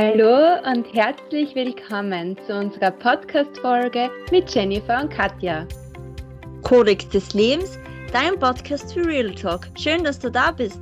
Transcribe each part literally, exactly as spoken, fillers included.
Hallo und herzlich willkommen zu unserer Podcast-Folge mit Jennifer und Katja. Kodex des Lebens, dein Podcast für Real Talk. Schön, dass du da bist.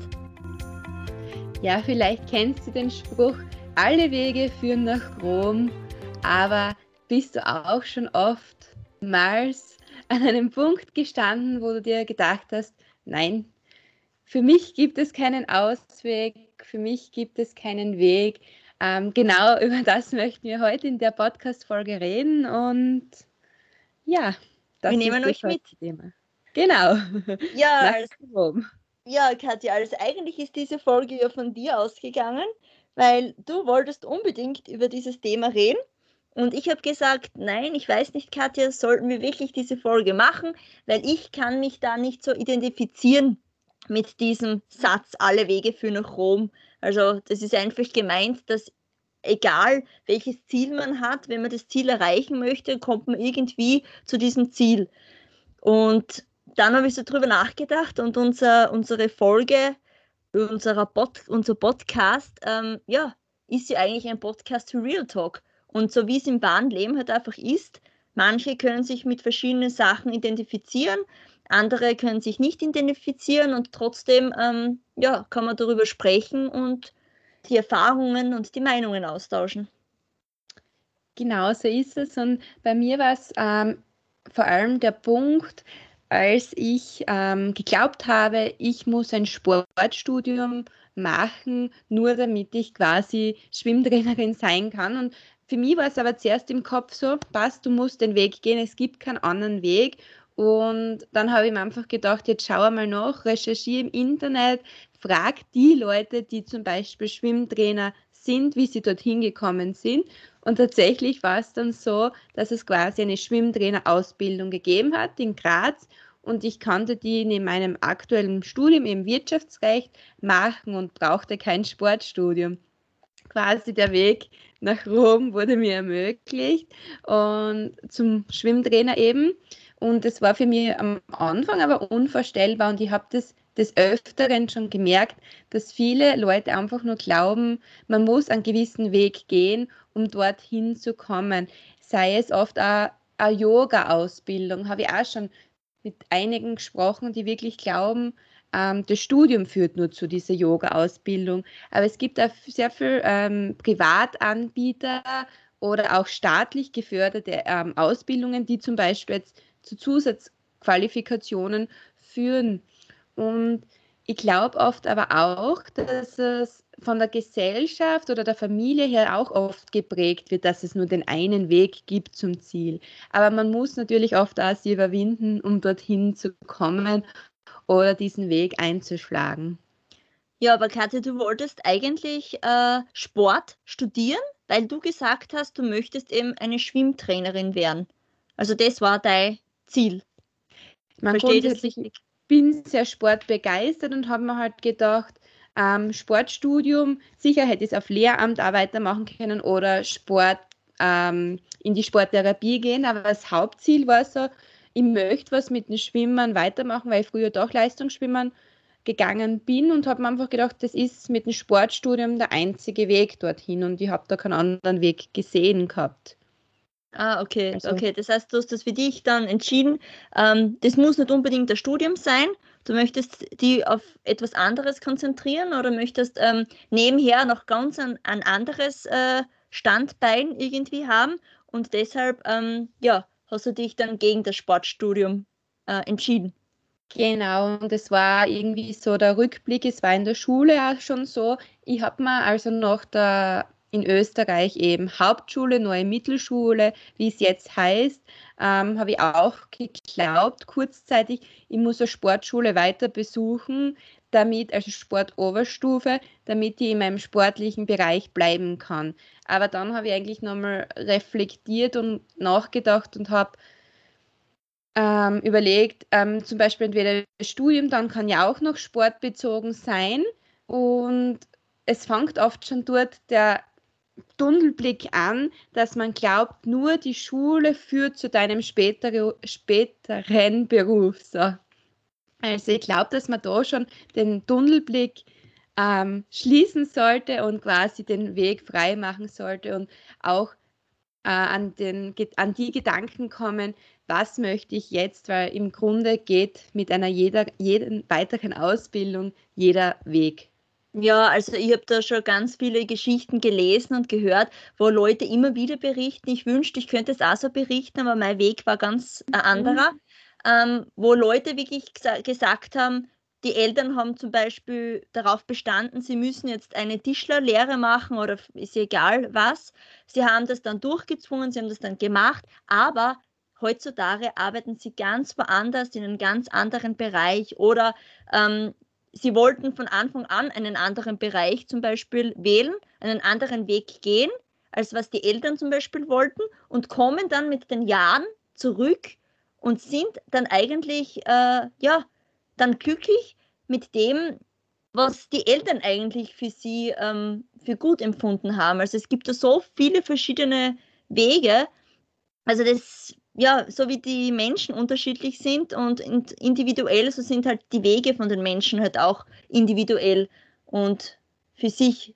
Ja, vielleicht kennst du den Spruch, alle Wege führen nach Rom, aber bist du auch schon oftmals an einem Punkt gestanden, wo du dir gedacht hast, nein, für mich gibt es keinen Ausweg, für mich gibt es keinen Weg. Ähm, genau über das möchten wir heute in der Podcast-Folge reden und ja, Wir das nehmen ist das euch mit. heutige Thema. Genau, Ja, nach als, Rom. ja, Katja, also eigentlich ist diese Folge ja von dir ausgegangen, weil du wolltest unbedingt über dieses Thema reden. Und ich habe gesagt, nein, ich weiß nicht, Katja, sollten wir wirklich diese Folge machen, weil ich kann mich da nicht so identifizieren mit diesem Satz, alle Wege führen nach Rom. Also das ist einfach gemeint, dass egal welches Ziel man hat, wenn man das Ziel erreichen möchte, kommt man irgendwie zu diesem Ziel. Und dann habe ich so drüber nachgedacht und unser, unsere Folge, unserer Pod, unser Podcast, ähm, ja, ist ja eigentlich ein Podcast für Real Talk. Und so wie es im wahren Leben halt einfach ist, manche können sich mit verschiedenen Sachen identifizieren, andere können sich nicht identifizieren und trotzdem ähm, ja, kann man darüber sprechen und die Erfahrungen und die Meinungen austauschen. Genau so ist es. Und bei mir war es ähm, vor allem der Punkt, als ich ähm, geglaubt habe, ich muss ein Sportstudium machen, nur damit ich quasi Schwimmtrainerin sein kann. Und für mich war es aber zuerst im Kopf so, passt, du musst den Weg gehen, es gibt keinen anderen Weg. Und dann habe ich mir einfach gedacht, jetzt schau mal nach, recherchiere im Internet, frag die Leute, die zum Beispiel Schwimmtrainer sind, wie sie dorthin gekommen sind. Und tatsächlich war es dann so, dass es quasi eine Schwimmtrainerausbildung gegeben hat in Graz und ich konnte die in meinem aktuellen Studium im Wirtschaftsrecht machen und brauchte kein Sportstudium. Quasi der Weg nach Rom wurde mir ermöglicht und zum Schwimmtrainer eben. Und es war für mich am Anfang aber unvorstellbar und ich habe das des Öfteren schon gemerkt, dass viele Leute einfach nur glauben, man muss einen gewissen Weg gehen, um dorthin zu kommen. Sei es oft auch eine Yoga-Ausbildung, habe ich auch schon mit einigen gesprochen, die wirklich glauben, ähm, das Studium führt nur zu dieser Yoga-Ausbildung. Aber es gibt auch sehr viele ähm, Privatanbieter oder auch staatlich geförderte ähm, Ausbildungen, die zum Beispiel jetzt zu Zusatzqualifikationen führen. Und ich glaube oft aber auch, dass es von der Gesellschaft oder der Familie her auch oft geprägt wird, dass es nur den einen Weg gibt zum Ziel. Aber man muss natürlich oft auch sie überwinden, um dorthin zu kommen oder diesen Weg einzuschlagen. Ja, aber Katja, du wolltest eigentlich äh, Sport studieren, weil du gesagt hast, du möchtest eben eine Schwimmtrainerin werden. Also das war dein Ziel. Man Verstehe ich das grundsätzlich richtig? bin sehr sportbegeistert und habe mir halt gedacht, ähm, Sportstudium, sicher hätte ich es auf Lehramt auch weitermachen können oder Sport ähm, in die Sporttherapie gehen, aber das Hauptziel war so, ich möchte was mit dem Schwimmen weitermachen, weil ich früher doch Leistungsschwimmen gegangen bin und habe mir einfach gedacht, das ist mit dem Sportstudium der einzige Weg dorthin und ich habe da keinen anderen Weg gesehen gehabt. Ah, okay, Also okay. Das heißt, du hast das für dich dann entschieden. Ähm, das muss nicht unbedingt das Studium sein. Du möchtest die auf etwas anderes konzentrieren oder möchtest ähm, nebenher noch ganz ein, ein anderes äh, Standbein irgendwie haben und deshalb ähm, ja, hast du dich dann gegen das Sportstudium äh, entschieden. genau, und es war irgendwie so der Rückblick, es war in der Schule auch schon so. Ich habe mir also nach der in Österreich eben Hauptschule, neue Mittelschule, wie es jetzt heißt, ähm, habe ich auch geglaubt, kurzzeitig, ich muss eine Sportschule weiter besuchen, damit, also Sportoberstufe, damit ich in meinem sportlichen Bereich bleiben kann. Aber dann habe ich eigentlich nochmal reflektiert und nachgedacht und habe ähm, überlegt, ähm, zum Beispiel entweder das Studium, dann kann ja auch noch sportbezogen sein und es fängt oft schon dort der Tunnelblick an, dass man glaubt, nur die Schule führt zu deinem spätere, späteren Beruf. So. Also ich glaube, dass man da schon den Tunnelblick ähm, schließen sollte und quasi den Weg frei machen sollte und auch äh, an, den, an die Gedanken kommen, was möchte ich jetzt, weil im Grunde geht mit einer jeder, jeden weiteren Ausbildung jeder Weg. Ja, also ich habe da schon ganz viele Geschichten gelesen und gehört, wo Leute immer wieder berichten. Ich wünschte, ich könnte es auch so berichten, aber mein Weg war ganz ein Mhm. anderer, ähm, wo Leute wirklich gesa gesagt haben, die Eltern haben zum Beispiel darauf bestanden, sie müssen jetzt eine Tischlerlehre machen oder ist egal was. Sie haben das dann durchgezwungen, sie haben das dann gemacht, aber heutzutage arbeiten sie ganz woanders in einem ganz anderen Bereich oder ähm, sie wollten von Anfang an einen anderen Bereich zum Beispiel wählen, einen anderen Weg gehen, als was die Eltern zum Beispiel wollten und kommen dann mit den Jahren zurück und sind dann eigentlich, äh, ja, dann glücklich mit dem, was die Eltern eigentlich für sie ähm, für gut empfunden haben. Also es gibt da so viele verschiedene Wege. Also das, ja, so wie die Menschen unterschiedlich sind und individuell, so sind halt die Wege von den Menschen halt auch individuell und für sich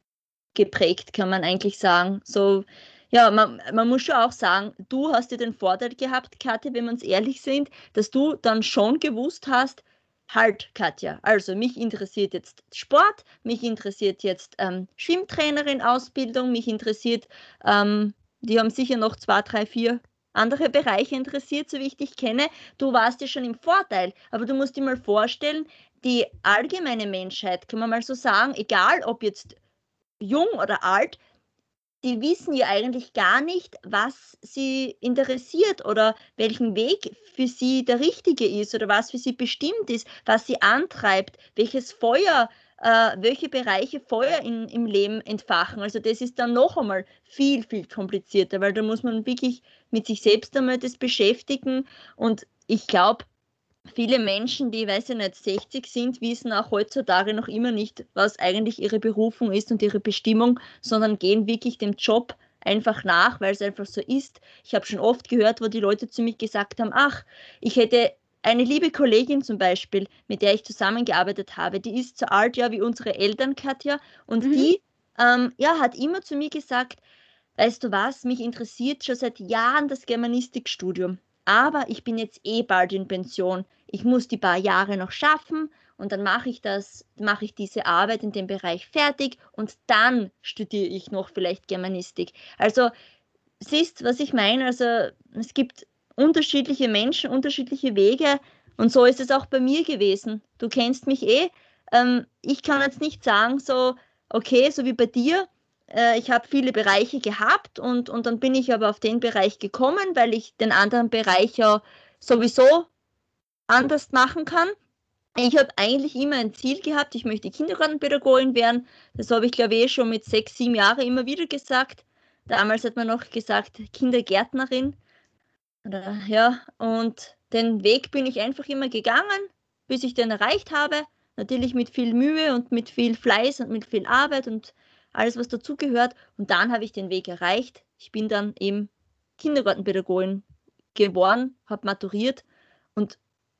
geprägt, kann man eigentlich sagen. So, ja, man, man muss schon auch sagen, du hast ja den Vorteil gehabt, Katja, wenn wir uns ehrlich sind, dass du dann schon gewusst hast, halt, Katja, also mich interessiert jetzt Sport, mich interessiert jetzt ähm, Schwimmtrainerin Ausbildung, mich interessiert, ähm, die haben sicher noch zwei, drei, vier andere Bereiche interessiert, so wie ich dich kenne. Du warst ja schon im Vorteil, aber du musst dir mal vorstellen, die allgemeine Menschheit, kann man mal so sagen, egal ob jetzt jung oder alt, die wissen ja eigentlich gar nicht, was sie interessiert oder welchen Weg für sie der richtige ist oder was für sie bestimmt ist, was sie antreibt, welches Feuer, äh, welche Bereiche Feuer in, im Leben entfachen. Also das ist dann noch einmal viel, viel komplizierter, weil da muss man wirklich mit sich selbst einmal das beschäftigen und ich glaube, viele Menschen, die, weiß ich nicht, sechzig sind, wissen auch heutzutage noch immer nicht, was eigentlich ihre Berufung ist und ihre Bestimmung, sondern gehen wirklich dem Job einfach nach, weil es einfach so ist. Ich habe schon oft gehört, wo die Leute zu mir gesagt haben, ach, ich hätte eine liebe Kollegin zum Beispiel, mit der ich zusammengearbeitet habe, die ist so alt ja wie unsere Eltern, Katja, und Mhm. die ähm, ja, hat immer zu mir gesagt, weißt du was, mich interessiert schon seit Jahren das Germanistikstudium, aber ich bin jetzt eh bald in Pension. Ich muss die paar Jahre noch schaffen und dann mache ich das, mache ich diese Arbeit in dem Bereich fertig und dann studiere ich noch vielleicht Germanistik. Also siehst, was ich meine? Also es gibt unterschiedliche Menschen, unterschiedliche Wege und so ist es auch bei mir gewesen. Du kennst mich eh. Ähm, ich kann jetzt nicht sagen, so, okay, so wie bei dir. Äh, ich habe viele Bereiche gehabt und, und dann bin ich aber auf den Bereich gekommen, weil ich den anderen Bereich ja sowieso anders machen kann. Ich habe eigentlich immer ein Ziel gehabt, ich möchte Kindergartenpädagogin werden. Das habe ich, glaube ich, eh schon mit sechs, sieben Jahren immer wieder gesagt. Damals hat man noch gesagt Kindergärtnerin. Oder, ja, und den Weg bin ich einfach immer gegangen, bis ich den erreicht habe. Natürlich mit viel Mühe und mit viel Fleiß und mit viel Arbeit und alles, was dazugehört. Und dann habe ich den Weg erreicht. Ich bin dann eben Kindergartenpädagogin geworden, habe maturiert und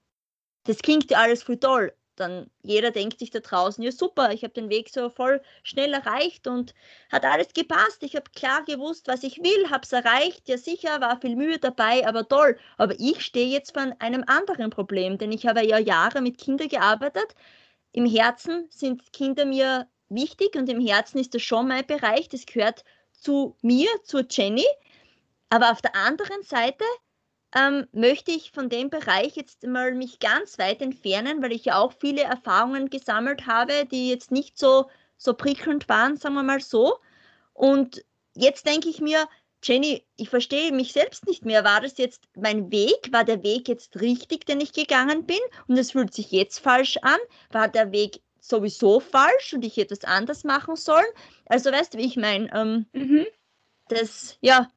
das klingt ja alles voll toll. Dann jeder denkt sich da draußen, ja super, ich habe den Weg so voll schnell erreicht und hat alles gepasst. Ich habe klar gewusst, was ich will, habe es erreicht. Ja sicher, war viel Mühe dabei, aber toll. Aber ich stehe jetzt vor einem anderen Problem, denn ich habe ja Jahre mit Kindern gearbeitet. Im Herzen sind Kinder mir wichtig und im Herzen ist das schon mein Bereich. Das gehört zu mir, zu Jenny. Aber auf der anderen Seite ähm, möchte ich von dem Bereich jetzt mal mich ganz weit entfernen, weil ich ja auch viele Erfahrungen gesammelt habe, die jetzt nicht so, so prickelnd waren, sagen wir mal so. Und jetzt denke ich mir, Jenny, ich verstehe mich selbst nicht mehr. War das jetzt mein Weg? War der Weg jetzt richtig, den ich gegangen bin? Und es fühlt sich jetzt falsch an? War der Weg sowieso falsch und ich hätte es anders machen sollen? Also weißt du, wie ich meine? Ähm, Mhm. das, ja,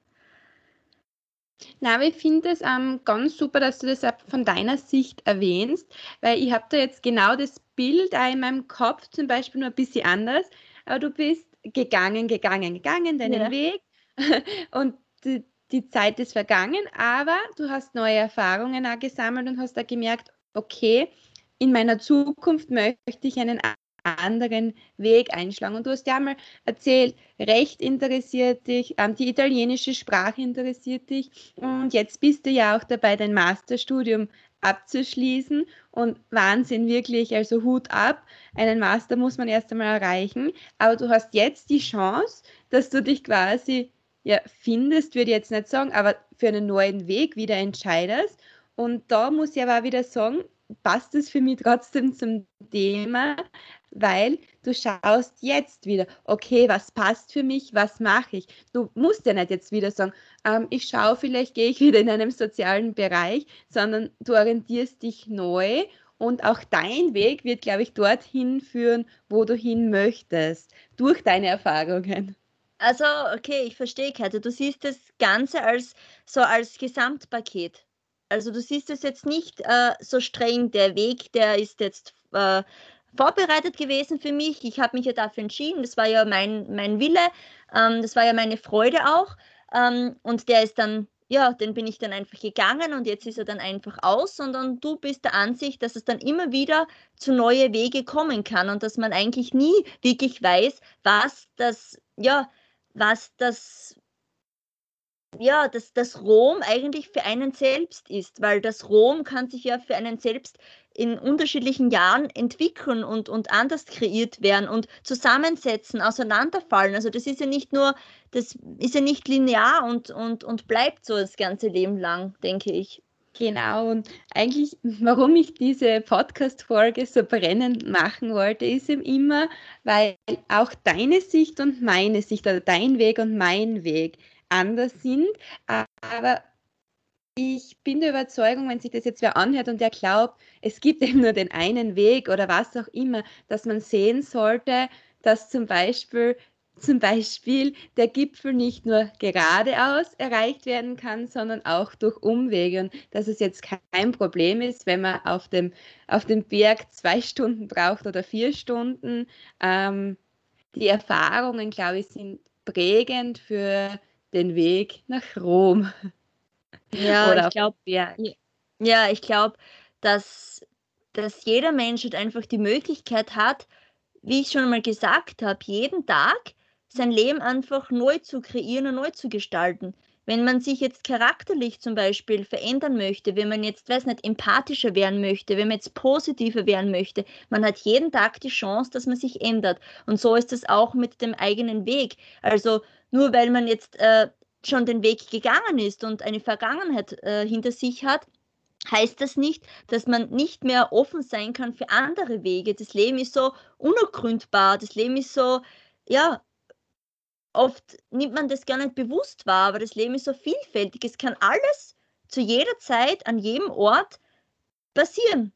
Na, aber ich finde es ähm, ganz super, dass du das auch von deiner Sicht erwähnst, weil ich habe da jetzt genau das Bild auch in meinem Kopf zum Beispiel nur ein bisschen anders, aber du bist gegangen, gegangen, gegangen, deinen ja, Weg und die, die Zeit ist vergangen, aber du hast neue Erfahrungen auch gesammelt und hast da gemerkt, okay, in meiner Zukunft möchte ich einen anderen Weg einschlagen. Und du hast ja einmal erzählt, Recht interessiert dich, ähm, die italienische Sprache interessiert dich und jetzt bist du ja auch dabei, dein Masterstudium abzuschließen und Wahnsinn, wirklich, also Hut ab. Einen Master muss man erst einmal erreichen, aber du hast jetzt die Chance, dass du dich quasi ja, findest, würde ich jetzt nicht sagen, aber für einen neuen Weg wieder entscheidest. Und da muss ich aber auch wieder sagen, passt es für mich trotzdem zum Thema, weil du schaust jetzt wieder, okay, was passt für mich, was mache ich? Du musst ja nicht jetzt wieder sagen, ähm, ich schaue, vielleicht gehe ich wieder in einem sozialen Bereich, sondern du orientierst dich neu und auch dein Weg wird, glaube ich, dorthin führen, wo du hin möchtest, durch deine Erfahrungen. Also, okay, ich verstehe, Katja. Du siehst das Ganze als so als Gesamtpaket. Also du siehst es jetzt nicht äh, so streng, der Weg, der ist jetzt äh, vorbereitet gewesen für mich. Ich habe mich ja dafür entschieden. Das war ja mein, mein Wille, ähm, das war ja meine Freude auch. Ähm, und der ist dann, ja, den bin ich dann einfach gegangen und jetzt ist er dann einfach aus, sondern du bist der Ansicht, dass es dann immer wieder zu neue Wege kommen kann und dass man eigentlich nie wirklich weiß, was das, ja, was das, ja, dass das Rom eigentlich für einen selbst ist, weil das Rom kann sich ja für einen selbst in unterschiedlichen Jahren entwickeln und, und anders kreiert werden und zusammensetzen, auseinanderfallen. Also das ist ja nicht nur, das ist ja nicht linear und, und, und bleibt so das ganze Leben lang, denke ich. Genau, und eigentlich, warum ich diese Podcast-Folge so brennend machen wollte, ist eben immer, weil auch deine Sicht und meine Sicht, oder dein Weg und mein Weg anders sind. Aber ich bin der Überzeugung, wenn sich das jetzt wer anhört und der glaubt, es gibt eben nur den einen Weg oder was auch immer, dass man sehen sollte, dass zum Beispiel, zum Beispiel der Gipfel nicht nur geradeaus erreicht werden kann, sondern auch durch Umwege und dass es jetzt kein Problem ist, wenn man auf dem, auf dem Berg zwei Stunden braucht oder vier Stunden. Ähm, die Erfahrungen, glaube ich, sind prägend für den Weg nach Rom Ja, oder ich auf den glaube, Berg. ja, ich glaube, dass, dass jeder Mensch halt einfach die Möglichkeit hat, wie ich schon einmal gesagt habe, jeden Tag sein Leben einfach neu zu kreieren und neu zu gestalten. Wenn man sich jetzt charakterlich zum Beispiel verändern möchte, wenn man jetzt, weiß nicht, empathischer werden möchte, wenn man jetzt positiver werden möchte, man hat jeden Tag die Chance, dass man sich ändert. Und so ist es auch mit dem eigenen Weg. Also nur weil man jetzt äh, schon den Weg gegangen ist und eine Vergangenheit äh, hinter sich hat, heißt das nicht, dass man nicht mehr offen sein kann für andere Wege. Das Leben ist so unergründbar, das Leben ist so, ja, oft nimmt man das gar nicht bewusst wahr, aber das Leben ist so vielfältig. Es kann alles zu jeder Zeit, an jedem Ort passieren.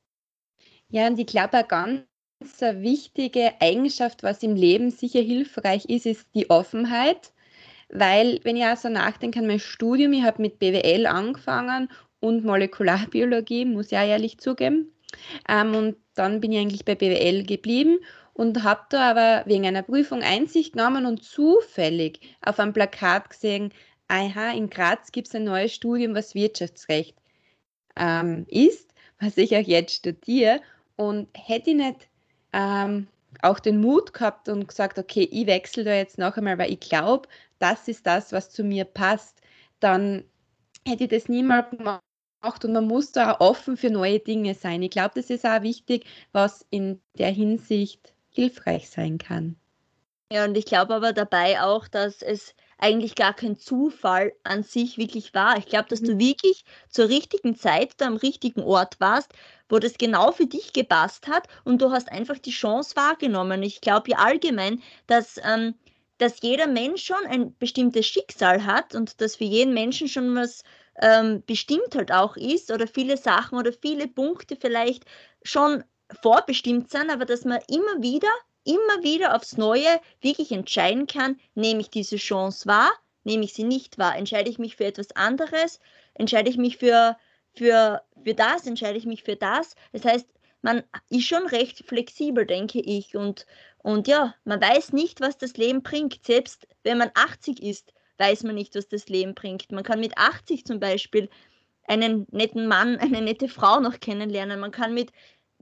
Ja, und ich glaube, eine ganz eine wichtige Eigenschaft, was im Leben sicher hilfreich ist, ist die Offenheit. Weil, wenn ich auch so nachdenke an mein Studium, ich habe mit B W L angefangen und Molekularbiologie, muss ich auch ehrlich zugeben. Ähm, und dann bin ich eigentlich bei B W L geblieben und habe da aber wegen einer Prüfung Einsicht genommen und zufällig auf einem Plakat gesehen, aha, in Graz gibt es ein neues Studium, was Wirtschaftsrecht ähm, ist, was ich auch jetzt studiere. Und hätte ich nicht ähm, auch den Mut gehabt und gesagt, okay, ich wechsle da jetzt noch einmal, weil ich glaube, das ist das, was zu mir passt, dann hätte ich das niemals gemacht und man muss da auch offen für neue Dinge sein. Ich glaube, das ist auch wichtig, was in der Hinsicht hilfreich sein kann. Ja, und ich glaube aber dabei auch, dass es eigentlich gar kein Zufall an sich wirklich war. Ich glaube, dass Mhm. du wirklich zur richtigen Zeit da am richtigen Ort warst, wo das genau für dich gepasst hat und du hast einfach die Chance wahrgenommen. Ich glaube ja allgemein, dass, ähm, dass jeder Mensch schon ein bestimmtes Schicksal hat und dass für jeden Menschen schon was ähm, bestimmt halt auch ist oder viele Sachen oder viele Punkte vielleicht schon vorbestimmt sind, aber dass man immer wieder immer wieder aufs Neue wirklich entscheiden kann, nehme ich diese Chance wahr, nehme ich sie nicht wahr, entscheide ich mich für etwas anderes, entscheide ich mich für, für, für das, entscheide ich mich für das. Das heißt, man ist schon recht flexibel, denke ich. Und, und ja, man weiß nicht, was das Leben bringt. Selbst wenn man achtzig ist, weiß man nicht, was das Leben bringt. Man kann mit achtzig zum Beispiel einen netten Mann, eine nette Frau noch kennenlernen. Man kann mit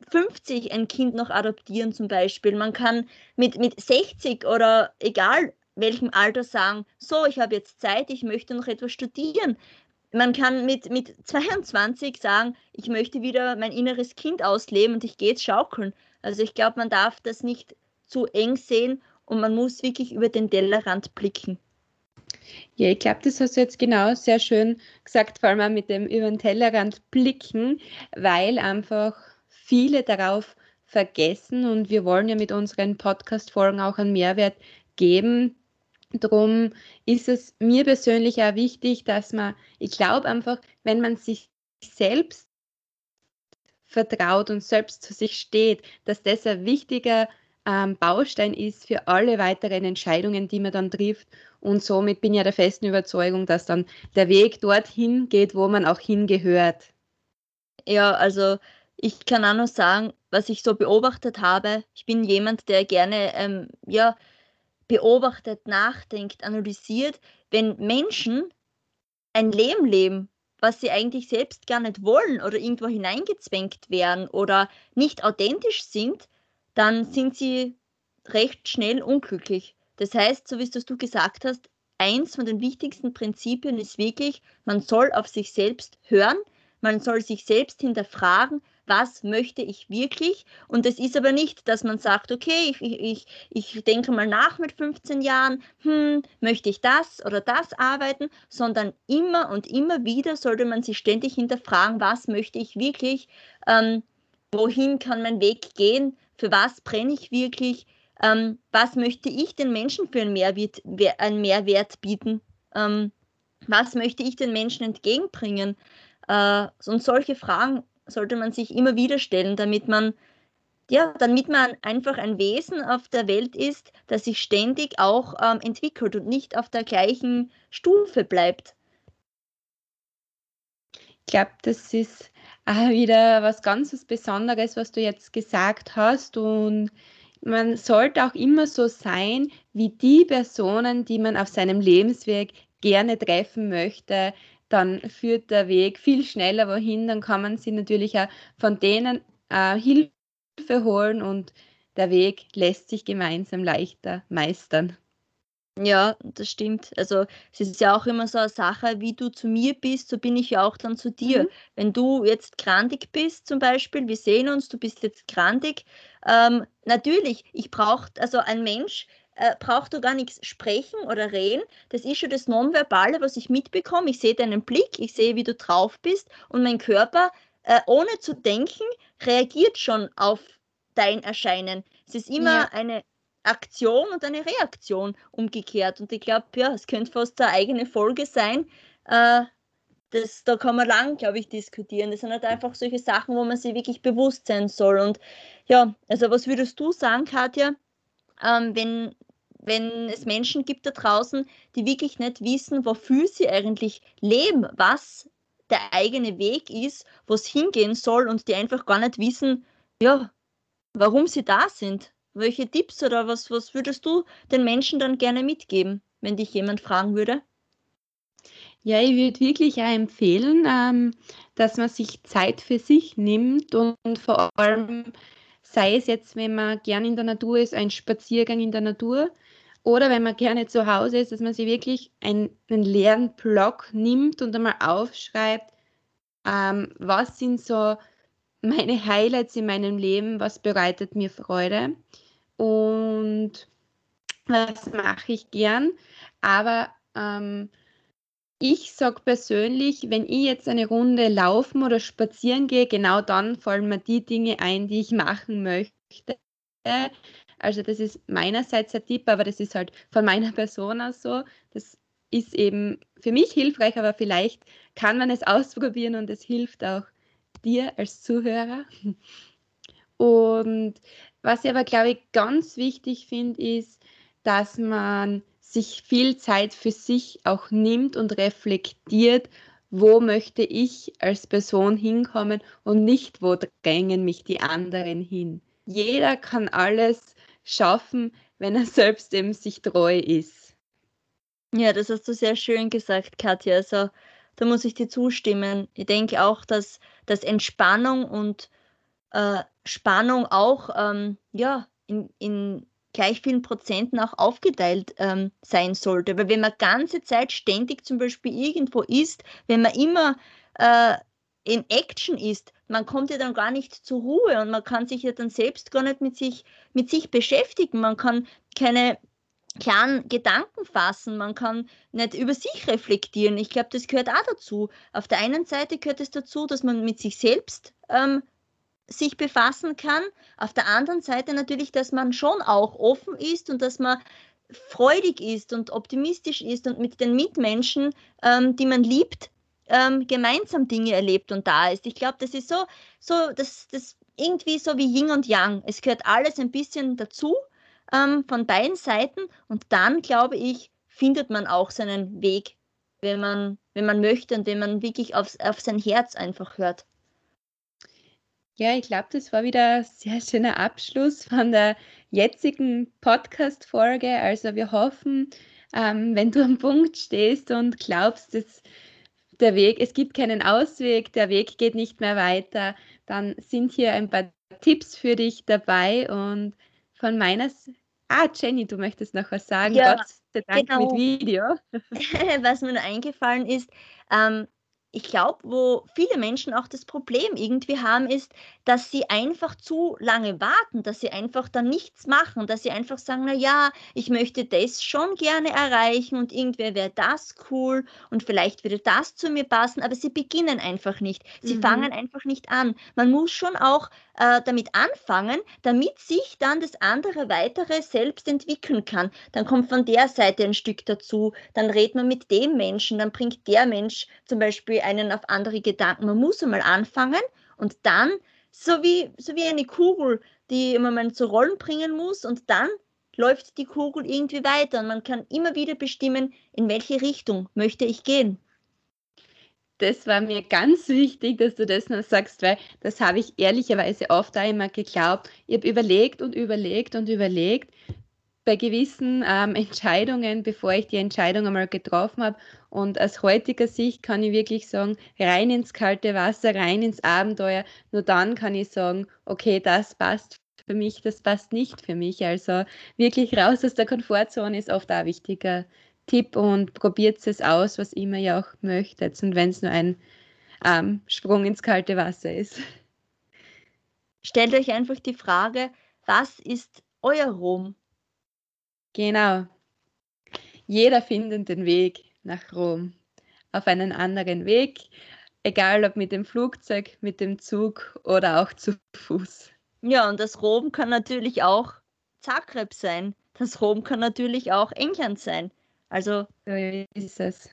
fünfzig ein Kind noch adoptieren zum Beispiel. Man kann mit, mit sechzig oder egal welchem Alter sagen, so, ich habe jetzt Zeit, ich möchte noch etwas studieren. Man kann mit, mit zweiundzwanzig sagen, ich möchte wieder mein inneres Kind ausleben und ich gehe jetzt schaukeln. Also ich glaube, man darf das nicht zu eng sehen und man muss wirklich über den Tellerrand blicken. Ja, ich glaube, das hast du jetzt genau sehr schön gesagt, vor allem auch mit dem über den Tellerrand blicken, weil einfach viele darauf vergessen und wir wollen ja mit unseren Podcast-Folgen auch einen Mehrwert geben. Darum ist es mir persönlich auch wichtig, dass man, ich glaube einfach, wenn man sich selbst vertraut und selbst zu sich steht, dass das ein wichtiger ähm, Baustein ist für alle weiteren Entscheidungen, die man dann trifft. Und somit bin ich ja der festen Überzeugung, dass dann der Weg dorthin geht, wo man auch hingehört. Ja, also ich kann auch nur sagen, was ich so beobachtet habe. Ich bin jemand, der gerne ähm, ja, beobachtet, nachdenkt, analysiert. Wenn Menschen ein Leben leben, was sie eigentlich selbst gar nicht wollen oder irgendwo hineingezwängt werden oder nicht authentisch sind, dann sind sie recht schnell unglücklich. Das heißt, so wie es das du gesagt hast, eins von den wichtigsten Prinzipien ist wirklich, man soll auf sich selbst hören, man soll sich selbst hinterfragen, was möchte ich wirklich? Und es ist aber nicht, dass man sagt, okay, ich, ich, ich denke mal nach mit fünfzehn Jahren, hm, möchte ich das oder das arbeiten, sondern immer und immer wieder sollte man sich ständig hinterfragen, was möchte ich wirklich, ähm, wohin kann mein Weg gehen, für was brenne ich wirklich, ähm, was möchte ich den Menschen für einen Mehrwert, einen Mehrwert bieten, ähm, was möchte ich den Menschen entgegenbringen. Äh, und solche Fragen sollte man sich immer wieder stellen, damit man, ja, damit man einfach ein Wesen auf der Welt ist, das sich ständig auch ähm, entwickelt und nicht auf der gleichen Stufe bleibt. Ich glaube, das ist auch wieder was ganz was Besonderes, was du jetzt gesagt hast. Und man sollte auch immer so sein, wie die Personen, die man auf seinem Lebensweg gerne treffen möchte. Dann führt der Weg viel schneller wohin. Dann kann man sich natürlich auch von denen äh, Hilfe holen und der Weg lässt sich gemeinsam leichter meistern. Ja, das stimmt. Also es ist ja auch immer so eine Sache, wie du zu mir bist, so bin ich ja auch dann zu dir. Mhm. Wenn du jetzt grantig bist zum Beispiel, wir sehen uns, du bist jetzt grantig, ähm, natürlich, ich brauche, also ein Mensch äh, braucht doch gar nichts sprechen oder reden. Das ist schon das Nonverbale, was ich mitbekomme. Ich sehe deinen Blick, ich sehe, wie du drauf bist und mein Körper, äh, ohne zu denken, reagiert schon auf dein Erscheinen. Es ist Ja. immer eine Aktion und eine Reaktion umgekehrt. Und ich glaube, ja, es könnte fast eine eigene Folge sein. Äh, das, da kann man lang, glaube ich, diskutieren. Das sind halt einfach solche Sachen, wo man sich wirklich bewusst sein soll. Und ja, also was würdest du sagen, Katja, ähm, wenn, wenn es Menschen gibt da draußen, die wirklich nicht wissen, wofür sie eigentlich leben, was der eigene Weg ist, wo es hingehen soll und die einfach gar nicht wissen, ja, warum sie da sind. Welche Tipps oder was, was würdest du den Menschen dann gerne mitgeben, wenn dich jemand fragen würde? Ja, ich würde wirklich auch empfehlen, ähm, dass man sich Zeit für sich nimmt und, und vor allem, sei es jetzt, wenn man gern in der Natur ist, ein Spaziergang in der Natur oder wenn man gerne zu Hause ist, dass man sich wirklich ein, einen leeren Block nimmt und einmal aufschreibt, ähm, was sind so meine Highlights in meinem Leben, was bereitet mir Freude und was mache ich gern, aber ähm, ich sage persönlich, wenn ich jetzt eine Runde laufen oder spazieren gehe, genau dann fallen mir die Dinge ein, die ich machen möchte. Also das ist meinerseits ein Tipp, aber das ist halt von meiner Person aus so. Das ist eben für mich hilfreich, aber vielleicht kann man es ausprobieren und es hilft auch dir als Zuhörer. Und was ich aber, glaube ich, ganz wichtig finde, ist, dass man sich viel Zeit für sich auch nimmt und reflektiert, wo möchte ich als Person hinkommen und nicht, wo drängen mich die anderen hin. Jeder kann alles schaffen, wenn er selbst eben sich treu ist. Ja, das hast du sehr schön gesagt, Katja. Also da muss ich dir zustimmen. Ich denke auch, dass, dass Entspannung und äh, Spannung auch ähm, ja, in, in gleich vielen Prozenten auch aufgeteilt ähm, sein sollte. Weil wenn man ganze Zeit ständig zum Beispiel irgendwo ist, wenn man immer äh, in Action ist, man kommt ja dann gar nicht zur Ruhe und man kann sich ja dann selbst gar nicht mit sich, mit sich beschäftigen. Man kann keine klaren Gedanken fassen, man kann nicht über sich reflektieren. Ich glaube, das gehört auch dazu. Auf der einen Seite gehört es dazu, dass man mit sich selbst ähm, sich befassen kann. Auf der anderen Seite natürlich, dass man schon auch offen ist und dass man freudig ist und optimistisch ist und mit den Mitmenschen, ähm, die man liebt, ähm, gemeinsam Dinge erlebt und da ist. Ich glaube, das ist so, so das, das irgendwie so wie Yin und Yang. Es gehört alles ein bisschen dazu, ähm, von beiden Seiten und dann, glaube ich, findet man auch seinen Weg, wenn man, wenn man möchte und wenn man wirklich aufs, auf sein Herz einfach hört. Ja, ich glaube, das war wieder ein sehr schöner Abschluss von der jetzigen Podcast-Folge. Also wir hoffen, ähm, wenn du am Punkt stehst und glaubst, dass der Weg, es gibt keinen Ausweg, der Weg geht nicht mehr weiter, dann sind hier ein paar Tipps für dich dabei und von meiner Seite, ah, Jenny, du möchtest noch was sagen, Ja, Gott sei Dank mit genau. Video. Was mir nur eingefallen ist, ähm, ich glaube, wo viele Menschen auch das Problem irgendwie haben, ist, dass sie einfach zu lange warten, dass sie einfach dann nichts machen, dass sie einfach sagen, na ja, ich möchte das schon gerne erreichen und irgendwer wäre das cool und vielleicht würde das zu mir passen, aber sie beginnen einfach nicht. Sie Mhm. fangen einfach nicht an. Man muss schon auch äh, damit anfangen, damit sich dann das andere weitere selbst entwickeln kann. Dann kommt von der Seite ein Stück dazu, dann redet man mit dem Menschen, dann bringt der Mensch zum Beispiel einen auf andere Gedanken. Man muss einmal anfangen und dann, so wie, so wie eine Kugel, die man zu rollen bringen muss und dann läuft die Kugel irgendwie weiter und man kann immer wieder bestimmen, in welche Richtung möchte ich gehen. Das war mir ganz wichtig, dass du das noch sagst, weil das habe ich ehrlicherweise oft auch immer geglaubt. Ich habe überlegt und überlegt und überlegt bei gewissen ähm, Entscheidungen, bevor ich die Entscheidung einmal getroffen habe. Und aus heutiger Sicht kann ich wirklich sagen, rein ins kalte Wasser, rein ins Abenteuer. Nur dann kann ich sagen, okay, das passt für mich, das passt nicht für mich. Also wirklich raus aus der Komfortzone ist oft auch ein wichtiger Tipp und probiert es aus, was immer ihr auch möchtet. Und wenn es nur ein ähm, Sprung ins kalte Wasser ist. Stellt euch einfach die Frage, was ist euer Rom? Genau. Jeder findet den Weg nach Rom. Auf einen anderen Weg, egal ob mit dem Flugzeug, mit dem Zug oder auch zu Fuß. Ja, und das Rom kann natürlich auch Zagreb sein. Das Rom kann natürlich auch England sein. Also, so ist es.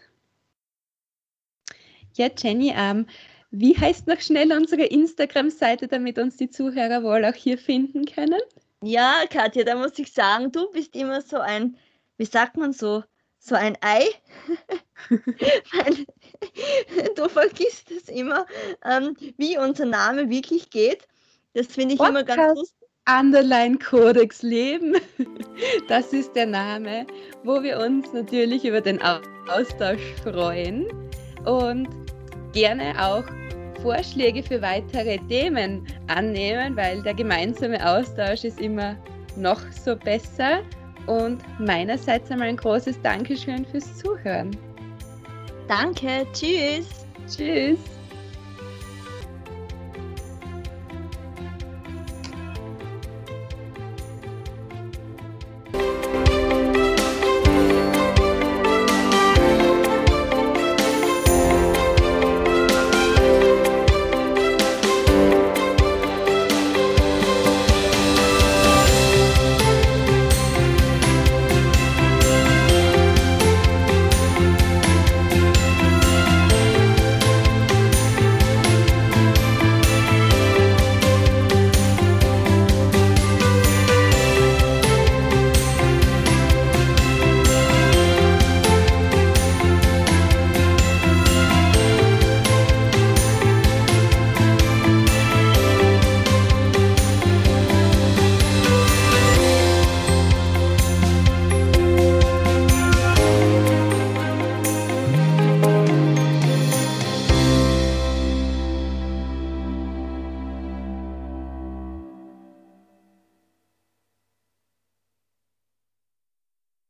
Ja, Jenny, ähm, wie heißt noch schnell unsere Instagram-Seite, damit uns die Zuhörer wohl auch hier finden können? ja, Katja, da muss ich sagen, du bist immer so ein, wie sagt man so, so ein Ei. Weil du vergisst es immer, ähm, wie unser Name wirklich geht. Das finde ich immer ganz lustig. Underline Kodex Leben, das ist der Name, wo wir uns natürlich über den Austausch freuen und gerne auch Vorschläge für weitere Themen annehmen, weil der gemeinsame Austausch ist immer noch so besser. Und meinerseits einmal ein großes Dankeschön fürs Zuhören. Danke, tschüss. Tschüss.